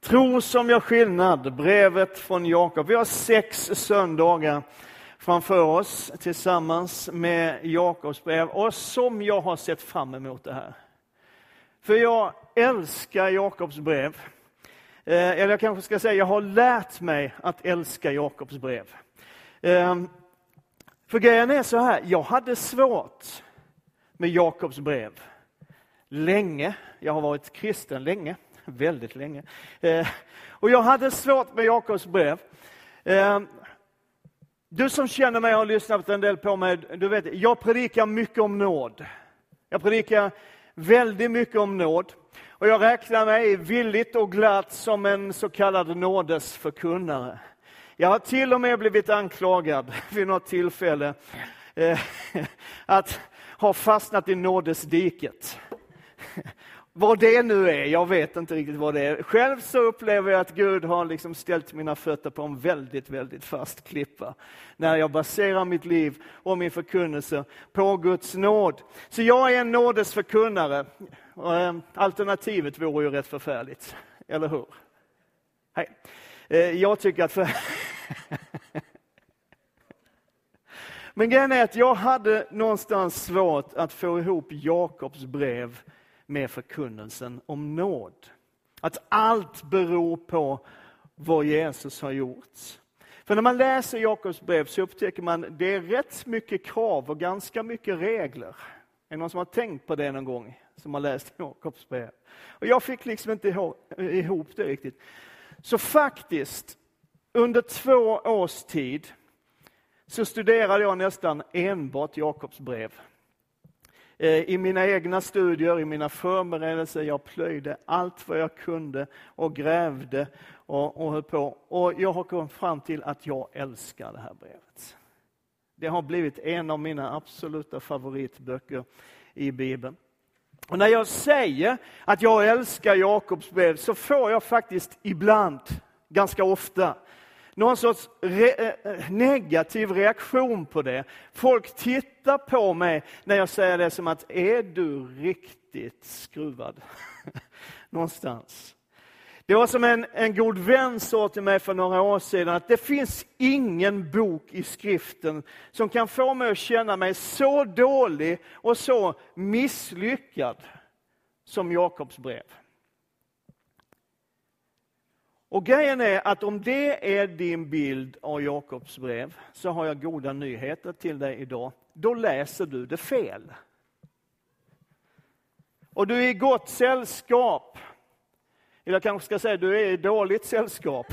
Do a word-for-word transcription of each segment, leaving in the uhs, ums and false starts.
Tro som gör skillnad, brevet från Jakob. Vi har sex söndagar framför oss tillsammans med Jakobs brev. Och som jag har sett fram emot det här. För jag älskar Jakobs brev. Eh, eller jag kanske ska säga, jag har lärt mig att älska Jakobs brev. Eh, för grejen är så här, jag hade svårt med Jakobs brev. Länge, jag har varit kristen länge. Väldigt länge. Eh, och jag hade svårt med Jakobs brev. Eh, du som känner mig och har lyssnat en del på mig, du vet, jag predikar mycket om nåd. Jag predikar väldigt mycket om nåd. Och jag räknar mig villigt och glatt som en så kallad nådesförkunnare. Jag har till och med blivit anklagad vid något tillfälle eh, att ha fastnat i nådesdiket. Vad det nu är, jag vet inte riktigt vad det är. Själv så upplever jag att Gud har liksom ställt mina fötter på en väldigt, väldigt fast klippa. När jag baserar mitt liv och min förkunnelse på Guds nåd. Så jag är en nådesförkunnare. Alternativet vore ju rätt förfärligt, eller hur? Hej. Jag tycker att... För... Men grejen är att jag hade någonstans svårt att få ihop Jakobs brev med förkunnelsen om nåd. Att allt beror på vad Jesus har gjort. För när man läser Jakobs brev så upptäcker man att det är rätt mycket krav och ganska mycket regler. Är det någon som har tänkt på det någon gång som har läst Jakobs brev? Och jag fick liksom inte ihop det riktigt. Så faktiskt, under två års tid så studerade jag nästan enbart Jakobs brev. I mina egna studier, i mina förberedelser, jag plöjde allt vad jag kunde och grävde och, och höll på. Och jag har kommit fram till att jag älskar det här brevet. Det har blivit en av mina absoluta favoritböcker i Bibeln. Och när jag säger att jag älskar Jakobs brev så får jag faktiskt ibland, ganska ofta, någon sorts re- negativ reaktion på det. Folk tittar på mig när jag säger det som att, är du riktigt skruvad? Någonstans. Det var som en, en god vän sa till mig för några år sedan att det finns ingen bok i skriften som kan få mig att känna mig så dålig och så misslyckad som Jakobs brev. Och grejen är att om det är din bild av Jakobs brev så har jag goda nyheter till dig idag. Då läser du det fel. Och du är i gott sällskap. Eller jag kanske ska säga du är i dåligt sällskap.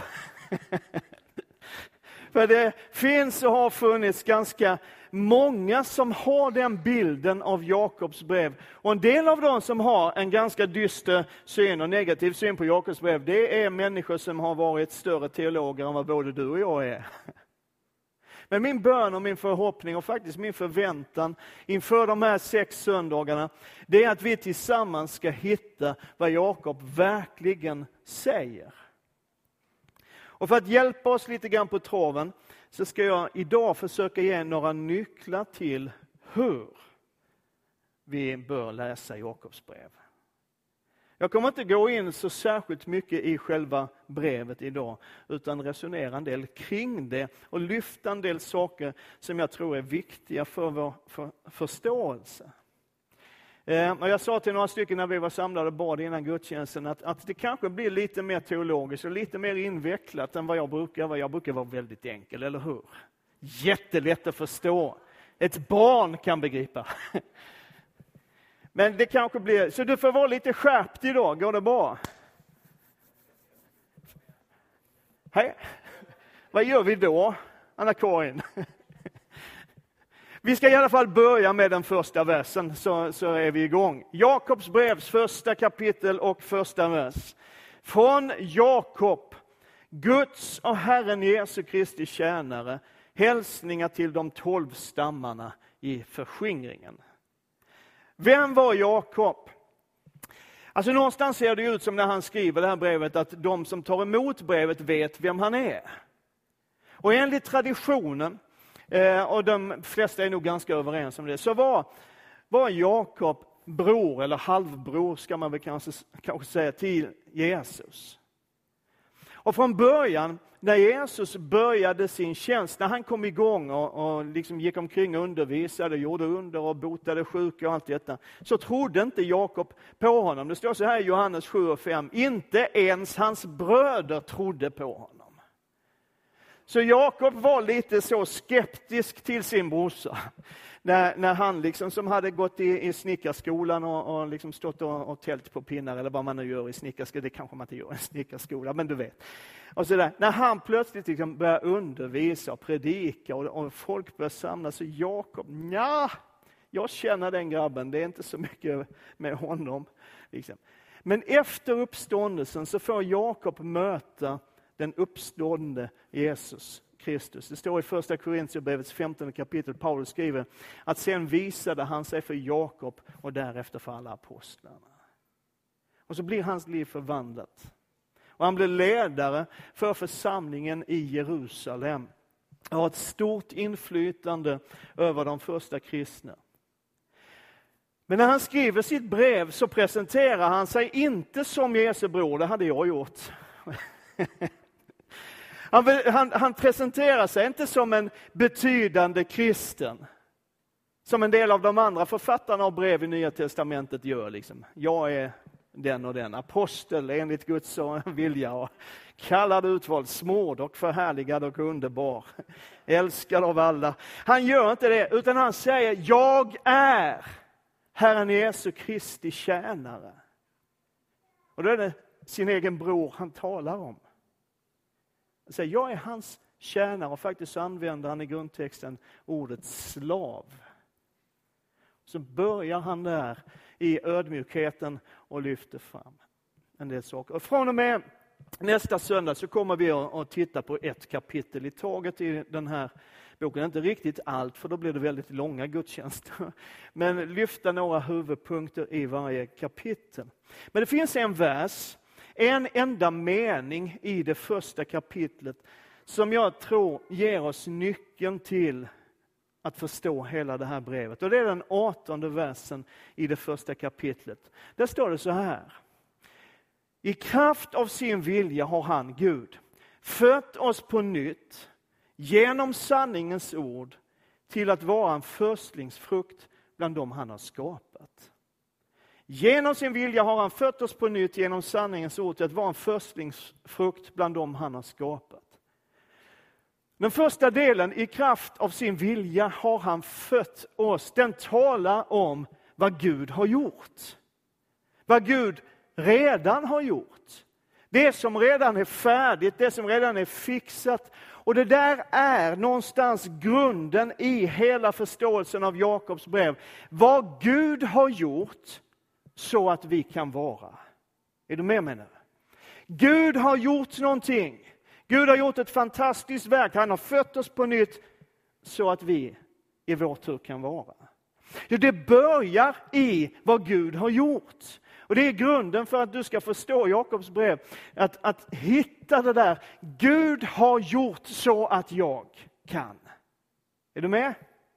För det finns och har funnits ganska många som har den bilden av Jakobs brev. Och en del av dem som har en ganska dyster syn och negativ syn på Jakobs brev, det är människor som har varit större teologer än vad både du och jag är. Men min bön och min förhoppning och faktiskt min förväntan inför de här sex söndagarna, det är att vi tillsammans ska hitta vad Jakob verkligen säger. Och för att hjälpa oss lite grann på traven så ska jag idag försöka ge några nycklar till hur vi bör läsa Jakobs brev. Jag kommer inte gå in så särskilt mycket i själva brevet idag utan resonera en del kring det och lyfta en del saker som jag tror är viktiga för vår för, förståelse. Eh, och jag sa till några stycken när vi var samlade och bad innan gudstjänsten att, att det kanske blir lite mer teologiskt och lite mer invecklat än vad jag brukar vara. Jag brukar vara väldigt enkel, eller hur? Jättelätt att förstå. Ett barn kan begripa. Men det kanske blir... Så du får vara lite skärpt idag, går det bra? Hej. Vad gör vi då, Anna-Karin? Vi ska i alla fall börja med den första versen så, så är vi igång. Jakobs brevs första kapitel och första vers. Från Jakob, Guds och Herren Jesu Kristi tjänare, hälsningar till de tolv stammarna i förskingringen. Vem var Jakob? Alltså någonstans ser det ut som när han skriver det här brevet att de som tar emot brevet vet vem han är. Och enligt traditionen, och de flesta är nog ganska överens om det, så var, var Jakob bror eller halvbror ska man väl kanske, kanske säga till Jesus. Och från början, när Jesus började sin tjänst, när han kom igång och, och liksom gick omkring och undervisade, gjorde under och botade sjuka och allt detta, så trodde inte Jakob på honom. Det står så här i Johannes sju och fem, inte ens hans bröder trodde på honom. Så Jakob var lite så skeptisk till sin brorsa. När, när han liksom, som hade gått i, i snickarskolan och, och liksom stått och, och tält på pinnar, eller vad man nu gör i snickarskolan, det kanske man inte gör i snickarskola, men du vet. Och så där, när han plötsligt liksom börjar undervisa och predika och, och folk börjar samlas, så Jakob, ja, jag känner den grabben, det är inte så mycket med honom. Liksom. Men efter uppståndelsen så får Jakob möta den uppstående Jesus Kristus. Det står i första Korintierbrevets femtonde kapitel, Paulus skriver att sen visade han sig för Jakob och därefter för alla apostlarna. Och så blir hans liv förvandlat. Och han blir ledare för församlingen i Jerusalem. Och har ett stort inflytande över de första kristna. Men när han skriver sitt brev så presenterar han sig inte som Jesu bror, det hade jag gjort. Han, han, han presenterar sig inte som en betydande kristen. Som en del av de andra författarna av brev i Nya testamentet gör. Liksom. Jag är den och den apostel enligt Guds vilja. Och kallad, utvald, smord och förhärligad och underbar. Älskad av alla. Han gör inte det, utan han säger, jag är Herren Jesu Kristi tjänare. Och då är det sin egen bror han talar om. Så jag är hans tjänare, och faktiskt använder han i grundtexten ordet slav. Så börjar han där i ödmjukheten och lyfter fram en del saker. Och från och med nästa söndag så kommer vi att titta på ett kapitel i taget i den här boken. Inte riktigt allt, för då blir det väldigt långa gudstjänster. Men lyfta några huvudpunkter i varje kapitel. Men det finns en vers, en enda mening i det första kapitlet som jag tror ger oss nyckeln till att förstå hela det här brevet. Och det är den artonde versen i det första kapitlet. Där står det så här. I kraft av sin vilja har han, Gud, fött oss på nytt genom sanningens ord till att vara en förstlingsfrukt bland dem han har skapat. Genom sin vilja har han fött oss på nytt genom sanningens ord till att vara en förstlingsfrukt bland dem han har skapat. Den första delen, i kraft av sin vilja har han fött oss. Den talar om vad Gud har gjort. Vad Gud redan har gjort. Det som redan är färdigt, det som redan är fixat. Och det där är någonstans grunden i hela förståelsen av Jakobs brev. Vad Gud har gjort så att vi kan vara. Är du med mig nu? Gud har gjort någonting. Gud har gjort ett fantastiskt verk. Han har fött oss på nytt så att vi i vår tur kan vara. Det börjar i vad Gud har gjort. Och det är grunden för att du ska förstå Jakobs brev. Att, att hitta det där. Gud har gjort så att jag kan. Är du med?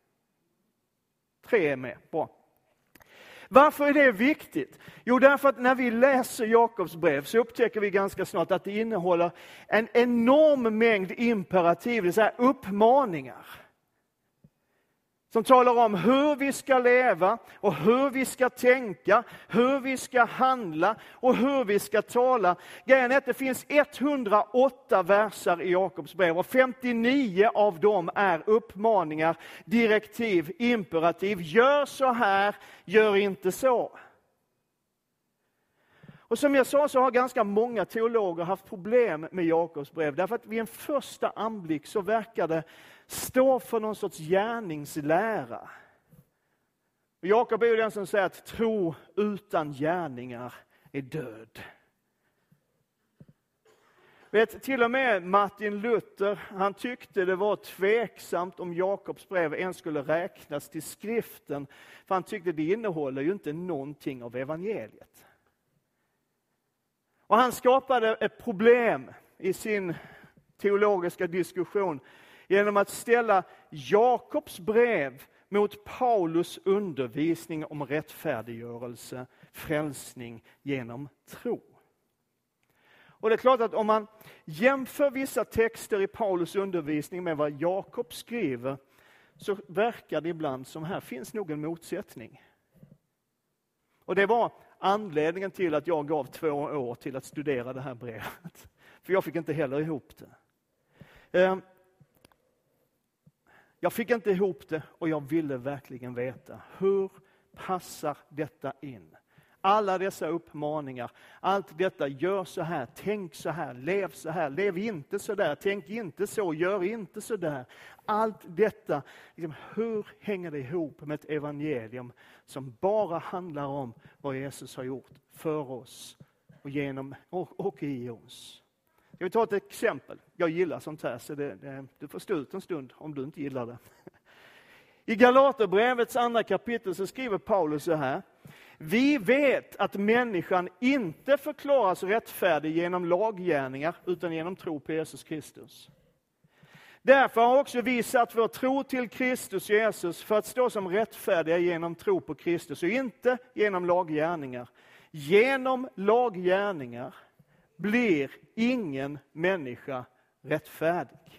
Tre är med. Bra. Varför är det viktigt? Jo, därför att när vi läser Jakobs brev så upptäcker vi ganska snart att det innehåller en enorm mängd imperativ, det vill säga uppmaningar. Som talar om hur vi ska leva och hur vi ska tänka, hur vi ska handla och hur vi ska tala. Grejen är att det finns etthundraåtta verser i Jakobs brev och femtionio av dem är uppmaningar, direktiv, imperativ. Gör så här, gör inte så. Och som jag sa så har ganska många teologer haft problem med Jakobs brev. Därför att vid en första anblick så verkar det stå för någon sorts gärningslära. Och Jakob är ju den som säger att tro utan gärningar är död. Vet, till och med Martin Luther, han tyckte det var tveksamt om Jakobs brev ens skulle räknas till skriften. För han tyckte det innehåller ju inte någonting av evangeliet. Och han skapade ett problem i sin teologiska diskussion genom att ställa Jakobs brev mot Paulus undervisning om rättfärdiggörelse, frälsning genom tro. Och det är klart att om man jämför vissa texter i Paulus undervisning med vad Jakob skriver, så verkar det ibland som här finns nog en motsättning. Och det var anledningen till att jag gav två år till att studera det här brevet. För jag fick inte heller ihop det. Jag fick inte ihop det och jag ville verkligen veta, hur passar detta in? Alla dessa uppmaningar, allt detta, gör så här, tänk så här, lev så här, lev inte så där, tänk inte så, gör inte så där. Allt detta, liksom, hur hänger det ihop med ett evangelium som bara handlar om vad Jesus har gjort för oss och, genom, och, och i oss? Jag vill ta ett exempel. Jag gillar sånt här, så det, det, du får stå ut en stund om du inte gillar det. I Galaterbrevets andra kapitel så skriver Paulus så här: vi vet att människan inte förklaras rättfärdig genom laggärningar utan genom tro på Jesus Kristus. Därför har också vi satt vår tro till Kristus Jesus för att stå som rättfärdiga genom tro på Kristus och inte genom laggärningar. Genom laggärningar blir ingen människa rättfärdig.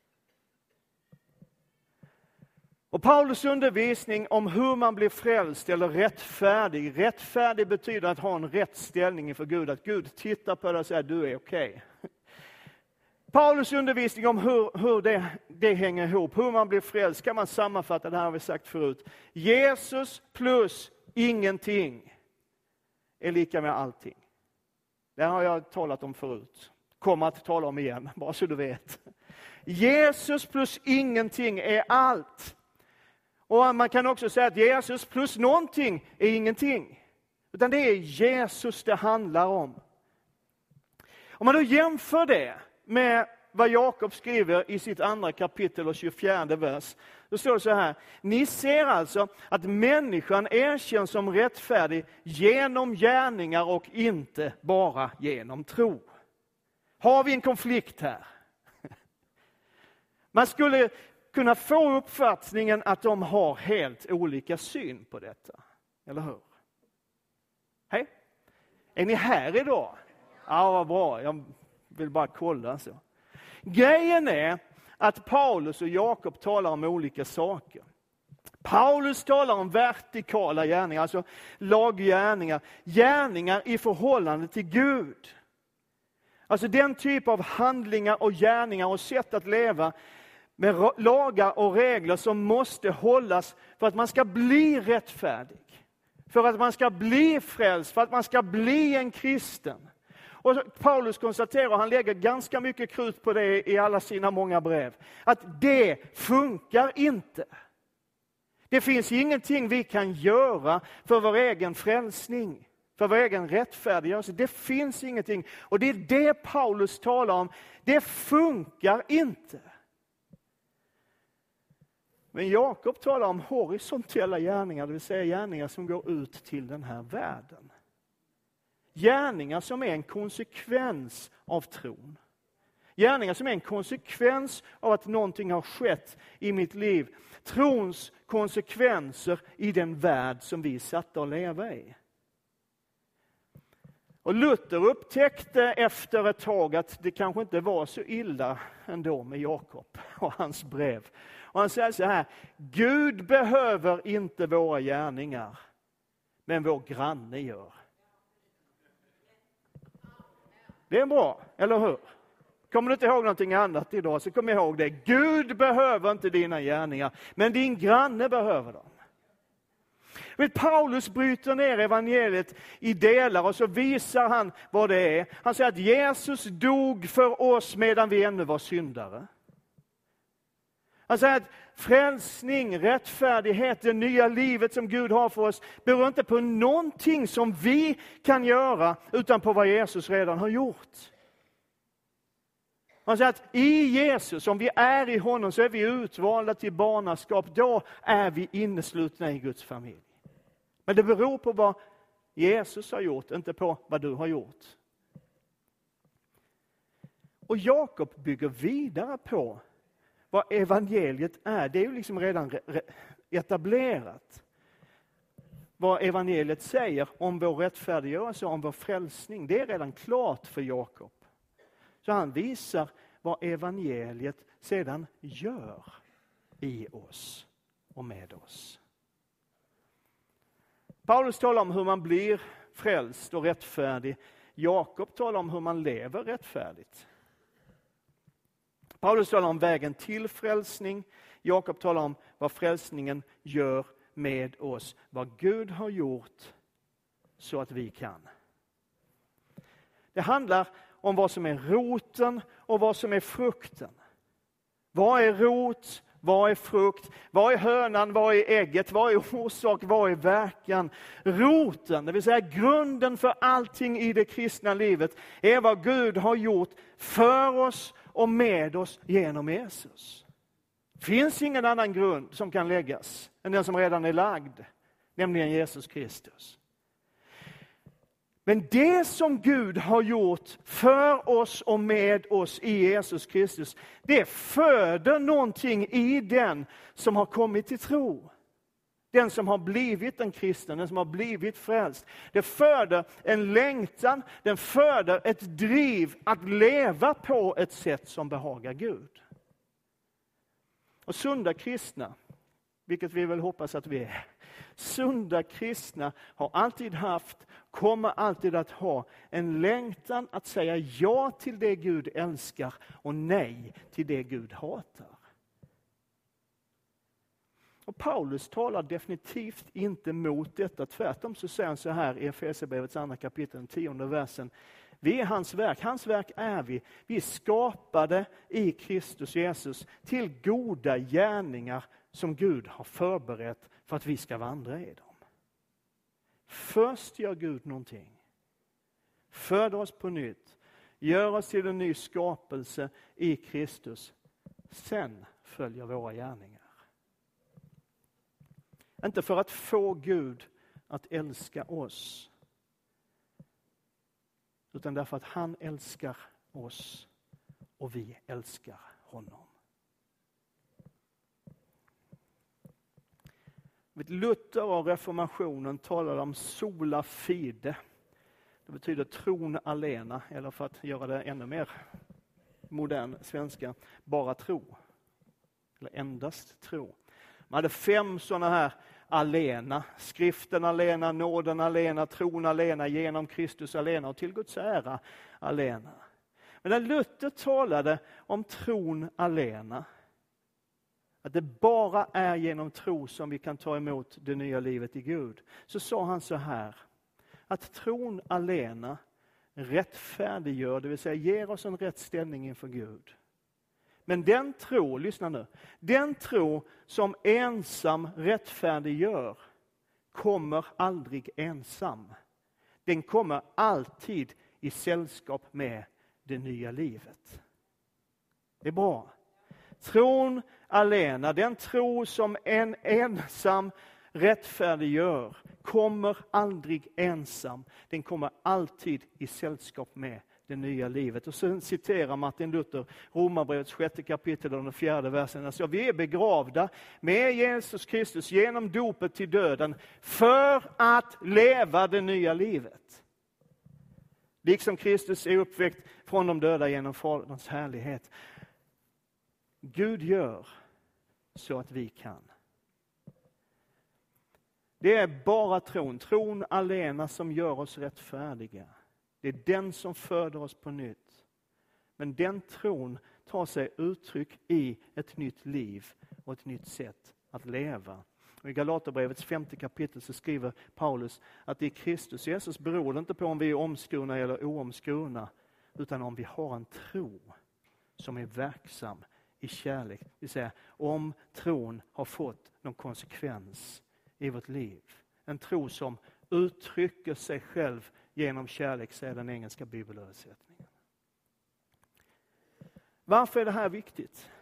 Och Paulus undervisning om hur man blir frälst eller rättfärdig. Rättfärdig betyder att ha en rätt ställning inför Gud. Att Gud tittar på dig och säger, du är okej. Okay. Paulus undervisning om hur, hur det, det hänger ihop. Hur man blir frälst kan man sammanfatta, det här har vi sagt förut. Jesus plus ingenting är lika med allting. Det har jag talat om förut. Kommer att tala om igen, bara så du vet. Jesus plus ingenting är allt. Och man kan också säga att Jesus plus någonting är ingenting. Utan det är Jesus det handlar om. Om man då jämför det med vad Jakob skriver i sitt andra kapitel och tjugofjärde vers. Då står det så här: ni ser alltså att människan erkänns som rättfärdig genom gärningar och inte bara genom tro. Har vi en konflikt här? Man skulle kunna få uppfattningen att de har helt olika syn på detta. Eller hur? Hej? Är ni här idag? Ja, vad bra. Jag vill bara kolla så. Grejen är att Paulus och Jakob talar om olika saker. Paulus talar om vertikala gärningar, alltså laggärningar. Gärningar i förhållande till Gud. Alltså den typ av handlingar och gärningar och sätt att leva med lagar och regler som måste hållas för att man ska bli rättfärdig. För att man ska bli frälst, för att man ska bli en kristen. Och Paulus konstaterar, han lägger ganska mycket krut på det i alla sina många brev, att det funkar inte. Det finns ingenting vi kan göra för vår egen frälsning, för vår egen rättfärdiggörelse. Det finns ingenting. Och det är det Paulus talar om. Det funkar inte. Men Jakob talar om horisontella gärningar, det vill säga gärningar som går ut till den här världen. Gärningar som är en konsekvens av tron. Gärningar som är en konsekvens av att någonting har skett i mitt liv. Trons konsekvenser i den värld som vi satt att leva i. Och Luther upptäckte efter ett tag att det kanske inte var så illa ändå med Jakob och hans brev. Och han säger så här: Gud behöver inte våra gärningar, men vår granne gör. Det är bra, eller hur? Kommer du inte ihåg någonting annat idag så kom ihåg det. Gud behöver inte dina gärningar, men din granne behöver dem. Paulus bryter ner evangeliet i delar och så visar han vad det är. Han säger att Jesus dog för oss medan vi ännu var syndare. Han säger att frälsning, rättfärdighet, det nya livet som Gud har för oss beror inte på någonting som vi kan göra utan på vad Jesus redan har gjort. Han säger att i Jesus, om vi är i honom, så är vi utvalda till barnaskap. Då är vi inneslutna i Guds familj. Men det beror på vad Jesus har gjort, inte på vad du har gjort. Och Jakob bygger vidare på vad evangeliet är. Det är ju liksom redan etablerat. Vad evangeliet säger om vår rättfärdiggörelse, om vår frälsning. Det är redan klart för Jakob. Så han visar vad evangeliet sedan gör i oss och med oss. Paulus talar om hur man blir frälst och rättfärdig. Jakob talar om hur man lever rättfärdigt. Paulus talar om vägen till frälsning. Jakob talar om vad frälsningen gör med oss. Vad Gud har gjort så att vi kan. Det handlar om vad som är roten och vad som är frukten. Vad är rot? Vad är frukt? Vad är hönan? Vad är ägget? Vad är orsak? Vad är verkan? Roten, det vill säga grunden för allting i det kristna livet, är vad Gud har gjort för oss och med oss genom Jesus. Det finns ingen annan grund som kan läggas än den som redan är lagd, nämligen Jesus Kristus. Men det som Gud har gjort för oss och med oss i Jesus Kristus, det föder någonting i den som har kommit till tro. Den som har blivit en kristen, den som har blivit frälst. Det föder en längtan, den föder ett driv att leva på ett sätt som behagar Gud. Och sunda kristna, vilket vi väl hoppas att vi är, sunda kristna har alltid haft, kommer alltid att ha en längtan att säga ja till det Gud älskar och nej till det Gud hatar. Och Paulus talar definitivt inte mot detta. Tvärtom så säger han så här i Efesierbrevets andra kapitel, den tionde versen. Vi är hans verk, hans verk är vi. Vi är skapade i Kristus Jesus till goda gärningar som Gud har förberett för att vi ska vandra i dem. Först gör Gud någonting. Föder oss på nytt. Gör oss till en ny skapelse i Kristus. Sen följer våra gärningar. Inte för att få Gud att älska oss, utan därför att han älskar oss och vi älskar honom. Luther och reformationen talade om sola fide. Det betyder tron alena, eller för att göra det ännu mer modern svenska, bara tro. Eller endast tro. Man hade fem sådana här alena. Skriften alena, nåden alena, tron alena, genom Kristus alena och till Guds ära alena. Men när Luther talade om tron alena, att det bara är genom tro som vi kan ta emot det nya livet i Gud, så sa han så här, att tron alena rättfärdiggör, det vill säga ger oss en rätt ställning inför Gud. Men den tro, lyssna nu, den tro som ensam rättfärdiggör kommer aldrig ensam. Den kommer alltid i sällskap med det nya livet. Det är bra. Tron alena, den tro som en ensam rättfärdiggör, kommer aldrig ensam. Den kommer alltid i sällskap med det nya livet. Och sen citerar Martin Luther Romarbrevets sjätte kapitel och den fjärde versen. Alltså, vi är begravda med Jesus Kristus genom dopet till döden för att leva det nya livet. Liksom Kristus är uppväckt från de döda genom Faderns härlighet. Gud gör så att vi kan. Det är bara tron, tron alena som gör oss rättfärdiga. Det är den som föder oss på nytt. Men den tron tar sig uttryck i ett nytt liv och ett nytt sätt att leva. Och i Galaterbrevets femte kapitel så skriver Paulus att i Kristus Jesus beror det inte på om vi är omskurna eller oomskurna, utan om vi har en tro som är verksam i kärlek. Det vill säga om tron har fått någon konsekvens i vårt liv. En tro som uttrycker sig själv genom kärlek, säger den engelska bibelöversättningen. Varför är det här viktigt?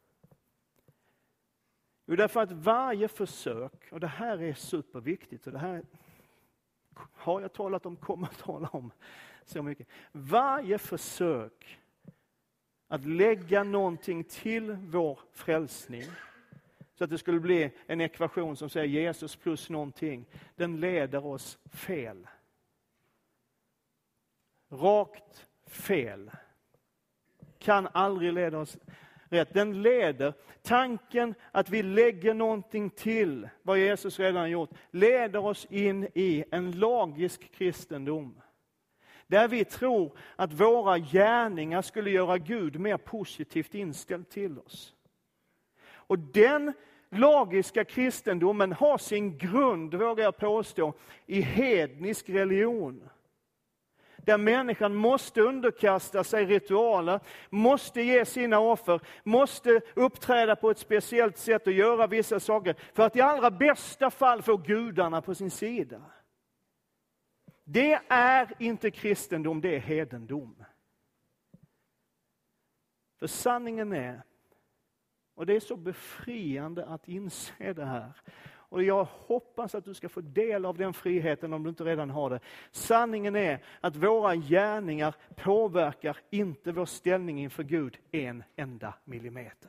Jo, därför att varje försök, och det här är superviktigt, och det här har jag talat om, kommer att tala om så mycket. Varje försök att lägga någonting till vår frälsning, så att det skulle bli en ekvation som säger Jesus plus någonting, den leder oss fel. Rakt fel. kan aldrig leda oss rätt. Den leder, tanken att vi lägger någonting till vad Jesus redan gjort, leder oss in i en lagisk kristendom. Där vi tror att våra gärningar skulle göra Gud mer positivt inställd till oss. Och den lagiska kristendomen har sin grund, vågar jag påstå, i hednisk religion. Där människan måste underkasta sig ritualer, måste ge sina offer, måste uppträda på ett speciellt sätt och göra vissa saker för att i allra bästa fall få gudarna på sin sida. Det är inte kristendom, det är hedendom. För sanningen är, och det är så befriande att inse det här, och jag hoppas att du ska få del av den friheten om du inte redan har det. Sanningen är att våra gärningar påverkar inte vår ställning inför Gud en enda millimeter.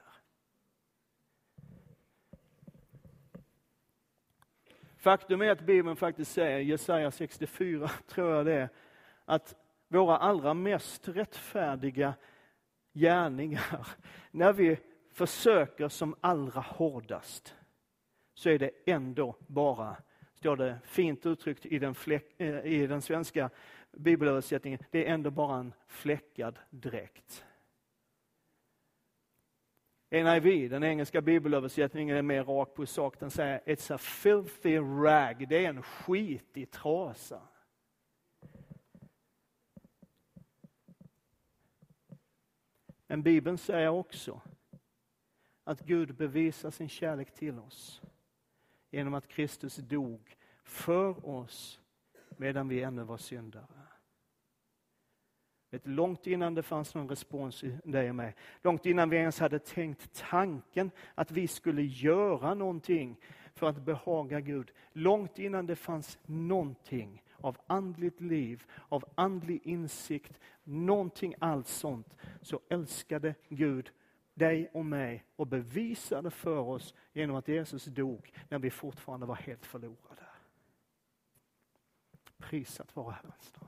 Faktum är att Bibeln faktiskt säger, Jesaja sextiofyra tror jag det är, att våra allra mest rättfärdiga gärningar, när vi försöker som allra hårdast, så är det ändå bara, står det fint uttryckt i den, fläck, i den svenska bibelöversättningen, det är ändå bara en fläckad dräkt. N I V, den engelska bibelöversättningen, är mer rak på sak. Den säger, it's a filthy rag. Det är en skitig trasa. Men Bibeln säger också att Gud bevisar sin kärlek till oss genom att Kristus dog för oss medan vi ännu var syndare. Vet, långt innan det fanns någon respons i dig och mig, långt innan vi ens hade tänkt tanken att vi skulle göra någonting för att behaga Gud, långt innan det fanns någonting av andligt liv, av andlig insikt, någonting allt sånt, så älskade Gud dig och mig och bevisade för oss genom att Jesus dog när vi fortfarande var helt förlorade. Prisat vara Herrens namn.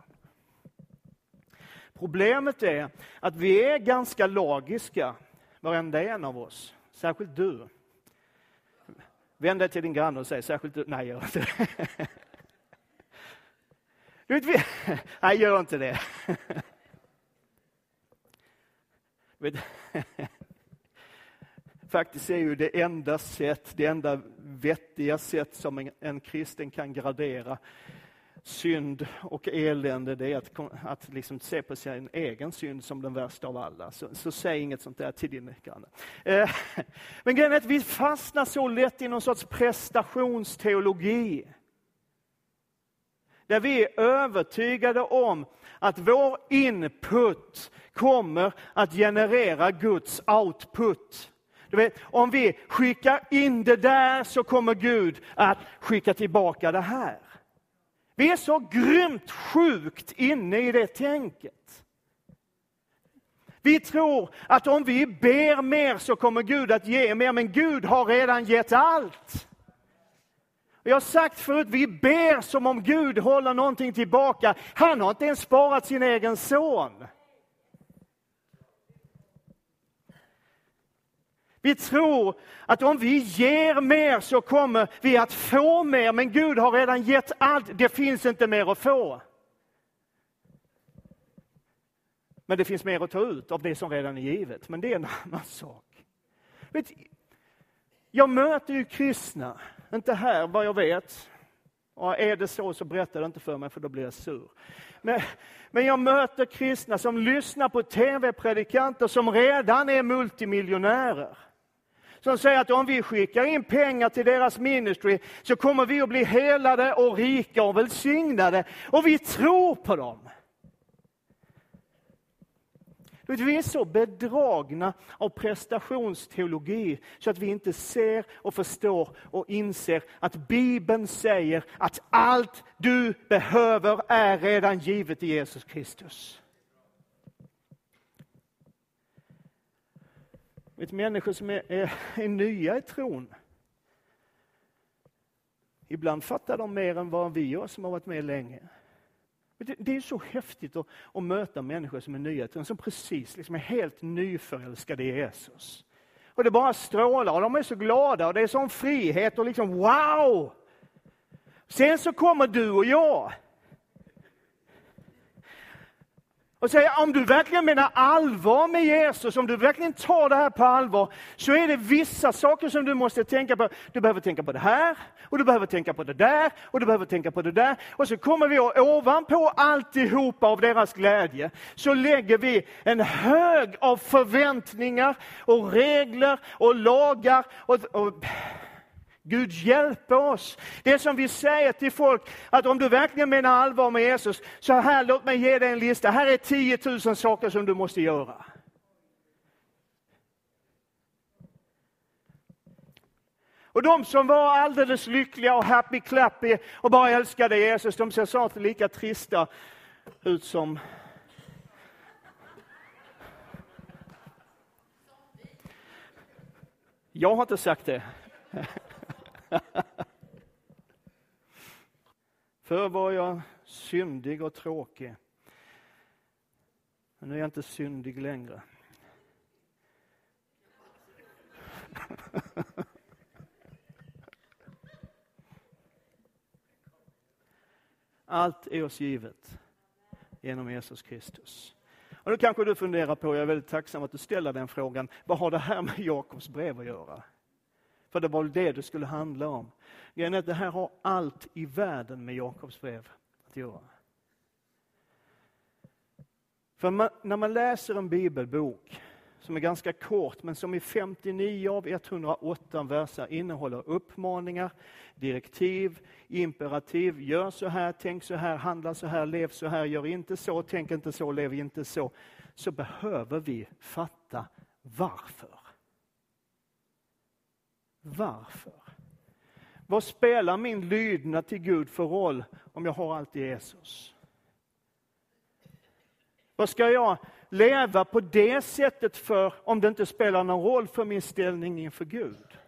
Problemet är att vi är ganska lagiska, varenda en av oss. Särskilt du. Vänd dig till din granne och säg, särskilt du. Nej, gör inte det. Du vet, vi... Nej, gör inte det. Vet... Faktiskt är ju det enda sätt, det enda vettiga sätt som en, en kristen kan gradera synd och elände, det är att, att liksom se på sin egen synd som den värsta av alla. Så, så säg inget sånt där till din granne. Eh, men grejen är att vi fastnar så lätt i någon sorts prestationsteologi. Där vi är övertygade om att vår input kommer att generera Guds output. Du vet, om vi skickar in det där så kommer Gud att skicka tillbaka det här. Vi är så grymt sjukt inne i det tänket. Vi tror att om vi ber mer så kommer Gud att ge mer, men Gud har redan gett allt. Och jag har sagt förut, vi ber som om Gud håller någonting tillbaka. Han har inte ens sparat sin egen son. Vi tror att om vi ger mer så kommer vi att få mer. Men Gud har redan gett allt. Det finns inte mer att få. Men det finns mer att ta ut av det som redan är givet. Men det är en annan sak. Vet, jag möter ju kristna. Inte här vad jag vet. Och är det så så berätta det inte för mig för då blir jag sur. Men, men jag möter kristna som lyssnar på tv-predikanter som redan är multimiljonärer. Som säger att om vi skickar in pengar till deras ministry så kommer vi att bli helade och rika och välsignade. Och vi tror på dem. Vi är så bedragna av prestationsteologi så att vi inte ser och förstår och inser att Bibeln säger att allt du behöver är redan givet i Jesus Kristus. Vet, människor som är, är, är nya i tron, ibland fattar de mer än vad vi gör som har varit med länge. Det, det är så häftigt att, att möta människor som är nya, som precis liksom är helt nyförälskade i Jesus. Och det bara strålar och de är så glada och det är sån frihet och liksom wow! Sen så kommer du och jag. Och säger, om du verkligen menar allvar med Jesus, om du verkligen tar det här på allvar, så är det vissa saker som du måste tänka på. Du behöver tänka på det här, och du behöver tänka på det där, och du behöver tänka på det där. Och så kommer vi och ovanpå alltihopa av deras glädje, så lägger vi en hög av förväntningar och regler och lagar och... och Gud hjälper oss. Det som vi säger till folk, att om du verkligen menar allvar med Jesus, så här, låt mig ge dig en lista. Här är tio tusen saker som du måste göra. Och de som var alldeles lyckliga och happy clappy och bara älskade Jesus, de ser snart lika trista ut som... Jag har inte sagt det. Förr var jag syndig och tråkig. Men nu är jag inte syndig längre. Allt är oss givet genom Jesus Kristus. Och då kanske du funderar på, jag är väldigt tacksam att du ställer den frågan, vad har det här med Jakobs brev att göra? För det var det det skulle handla om. Grejen är att det här har allt i världen med Jakobs brev att göra. För man, när man läser en bibelbok som är ganska kort, men som i femtionio av etthundraåtta verser innehåller uppmaningar, direktiv, imperativ, gör så här, tänk så här, handla så här, lev så här, gör inte så, tänk inte så, lev inte så. Så behöver vi fatta varför. Varför? Vad spelar min lydnad till Gud för roll om jag har allt i Jesus? Vad ska jag leva på det sättet för om det inte spelar någon roll för min ställning inför Gud?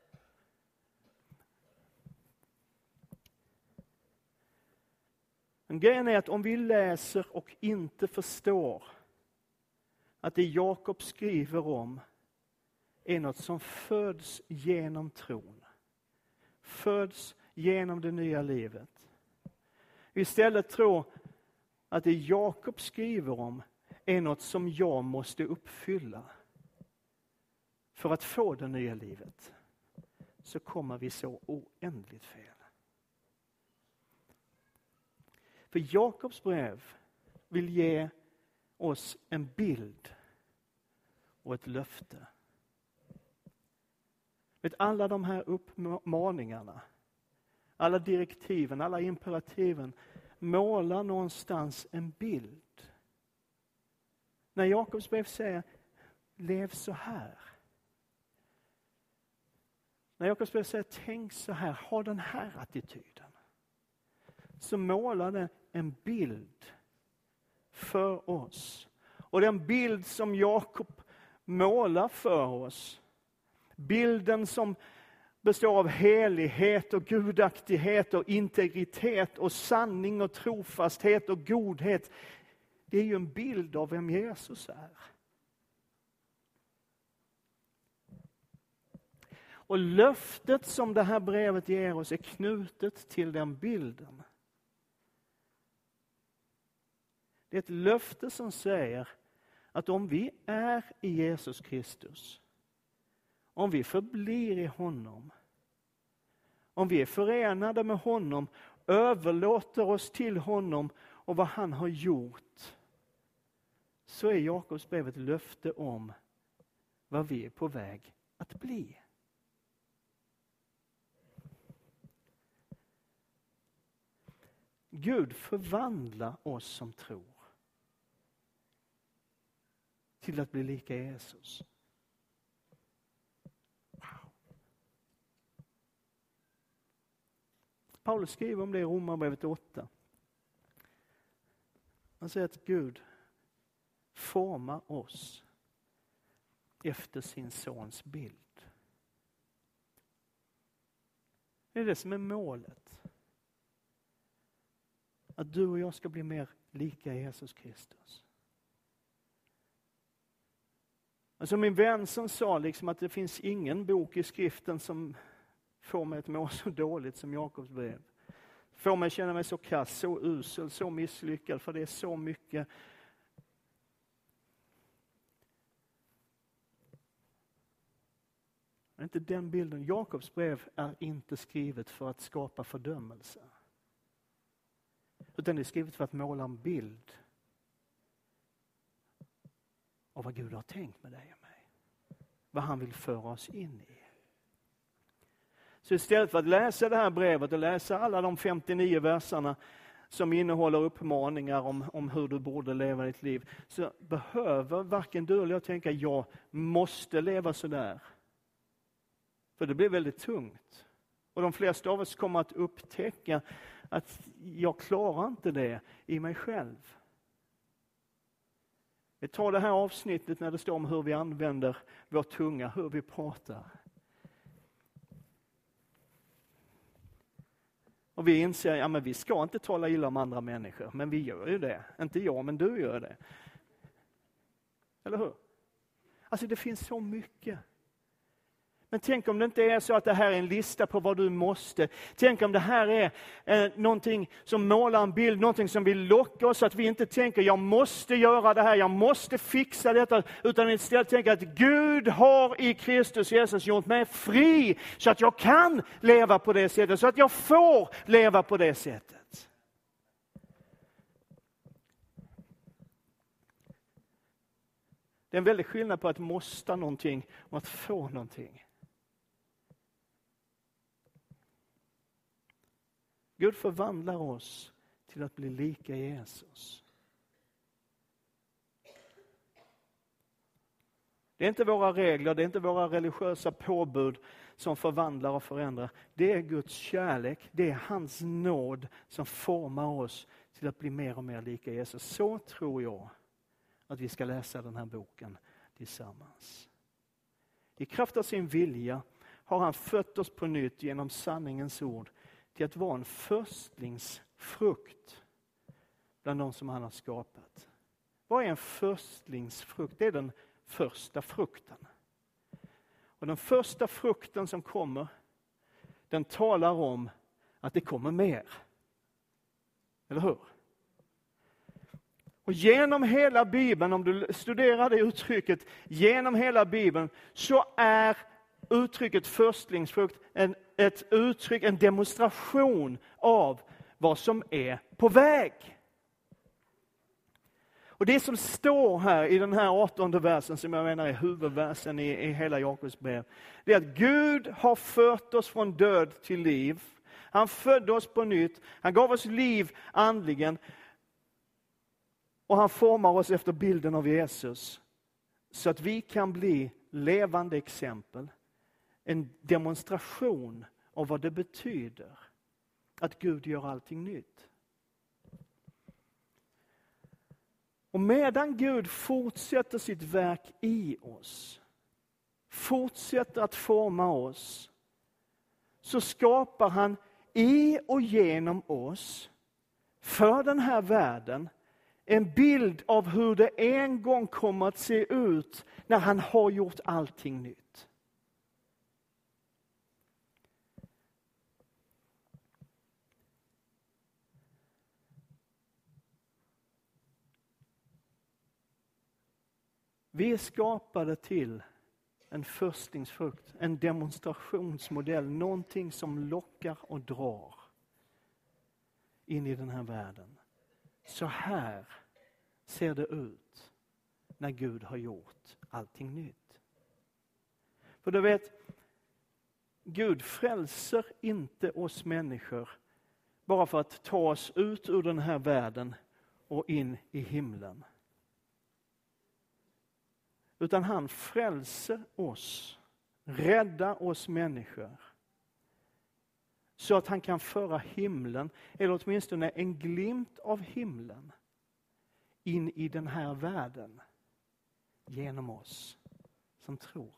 Men grejen är att om vi läser och inte förstår att det Jakob skriver om är något som föds genom tron. Föds genom det nya livet. Vi istället tror att det Jakob skriver om är något som jag måste uppfylla för att få det nya livet. Så kommer vi så oändligt fel. För Jakobs brev vill ge oss en bild och ett löfte. Vet, alla de här uppmaningarna, alla direktiven, alla imperativen målar någonstans en bild. När Jakobs brev säger, lev så här. När Jakobs brev säger, tänk så här, ha den här attityden. Så målar det en bild för oss. Och den bild som Jakob målar för oss, bilden som består av helighet och gudaktighet och integritet och sanning och trofasthet och godhet. Det är ju en bild av vem Jesus är. Och löftet som det här brevet ger oss är knutet till den bilden. Det är ett löfte som säger att om vi är i Jesus Kristus, om vi förblir i honom, om vi är förenade med honom, överlåter oss till honom och vad han har gjort, så är Jakobs brev ett löfte om vad vi är på väg att bli. Gud förvandlar oss som tror till att bli lika Jesus. Wow. Paulus skriver om det i Romarbrevet åtta. Han säger att Gud formar oss efter sin sons bild. Det är det som är målet. att du och jag ska bli mer lika Jesus Kristus. Alltså min vän som sa liksom att det finns ingen bok i skriften som får mig att må så dåligt som Jakobs brev. Får mig att känna mig så kass, så usel, så misslyckad, för det är så mycket. Men inte den bilden. Jakobs brev är inte skrivet för att skapa fördömelse. Utan det är skrivet för att måla en bild av vad Gud har tänkt med dig och mig. Vad han vill föra oss in i. Så istället för att läsa det här brevet och läsa alla de femtionio verserna som innehåller uppmaningar om, om hur du borde leva ditt liv, så behöver varken du eller jag tänka jag måste leva så där. För det blir väldigt tungt. Och de flesta av oss kommer att upptäcka att jag klarar inte det i mig själv. Vi tar det här avsnittet när det står om hur vi använder vår tunga, hur vi pratar. Och vi inser, ja men vi ska inte tala illa om andra människor, men vi gör ju det. Inte jag, men du gör det. Eller hur? Alltså det finns så mycket. Men tänk om det inte är så att det här är en lista på vad du måste. Tänk om det här är eh, någonting som målar en bild, någonting som vill locka oss, så att vi inte tänker jag måste göra det här, jag måste fixa detta, utan istället tänker att Gud har i Kristus Jesus gjort mig fri så att jag kan leva på det sättet, så att jag får leva på det sättet. Det är en väldig skillnad på att måste någonting och att få någonting. Gud förvandlar oss till att bli lika Jesus. Det är inte våra regler, det är inte våra religiösa påbud som förvandlar och förändrar. Det är Guds kärlek, det är hans nåd som formar oss till att bli mer och mer lika Jesus. Så tror jag att vi ska läsa den här boken tillsammans. I kraft av sin vilja har han fött oss på nytt genom sanningens ord till att vara en förstlingsfrukt bland de som han har skapat. Vad är en förstlingsfrukt? Det är den första frukten. Och den första frukten som kommer, den talar om att det kommer mer. Eller hur? Och genom hela Bibeln, om du studerar det uttrycket, genom hela Bibeln så är uttrycket förstlingsfrukt en, ett uttryck, en demonstration av vad som är på väg. Och det som står här i den här artonde versen, som jag menar är huvudversen i, i hela Jakobs brev, det är att Gud har fört oss från död till liv. Han födde oss på nytt, han gav oss liv andligen. Och han formar oss efter bilden av Jesus. Så att vi kan bli levande exempel. En demonstration av vad det betyder. Att Gud gör allting nytt. Och medan Gud fortsätter sitt verk i oss. Fortsätter att forma oss. Så skapar han i och genom oss. För den här världen. En bild av hur det en gång kommer att se ut när han har gjort allting nytt. Vi är skapade till en förstlingsfrukt, en demonstrationsmodell, någonting som lockar och drar in i den här världen. Så här ser det ut när Gud har gjort allting nytt. För du vet, Gud frälser inte oss människor bara för att ta oss ut ur den här världen och in i himlen. Utan han frälser oss, räddar oss människor. Så att han kan föra himlen, eller åtminstone en glimt av himlen, in i den här världen. Genom oss som tror.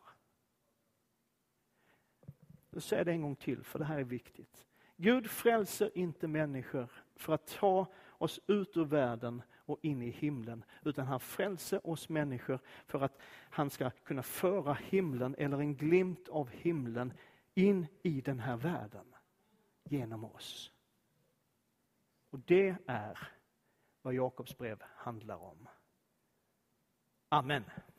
Jag säger det en gång till, för det här är viktigt. Gud frälser inte människor för att ta oss ut ur världen och in i himlen, utan han frälser oss människor för att han ska kunna föra himlen eller en glimt av himlen in i den här världen genom oss. Och det är vad Jakobs brev handlar om. Amen.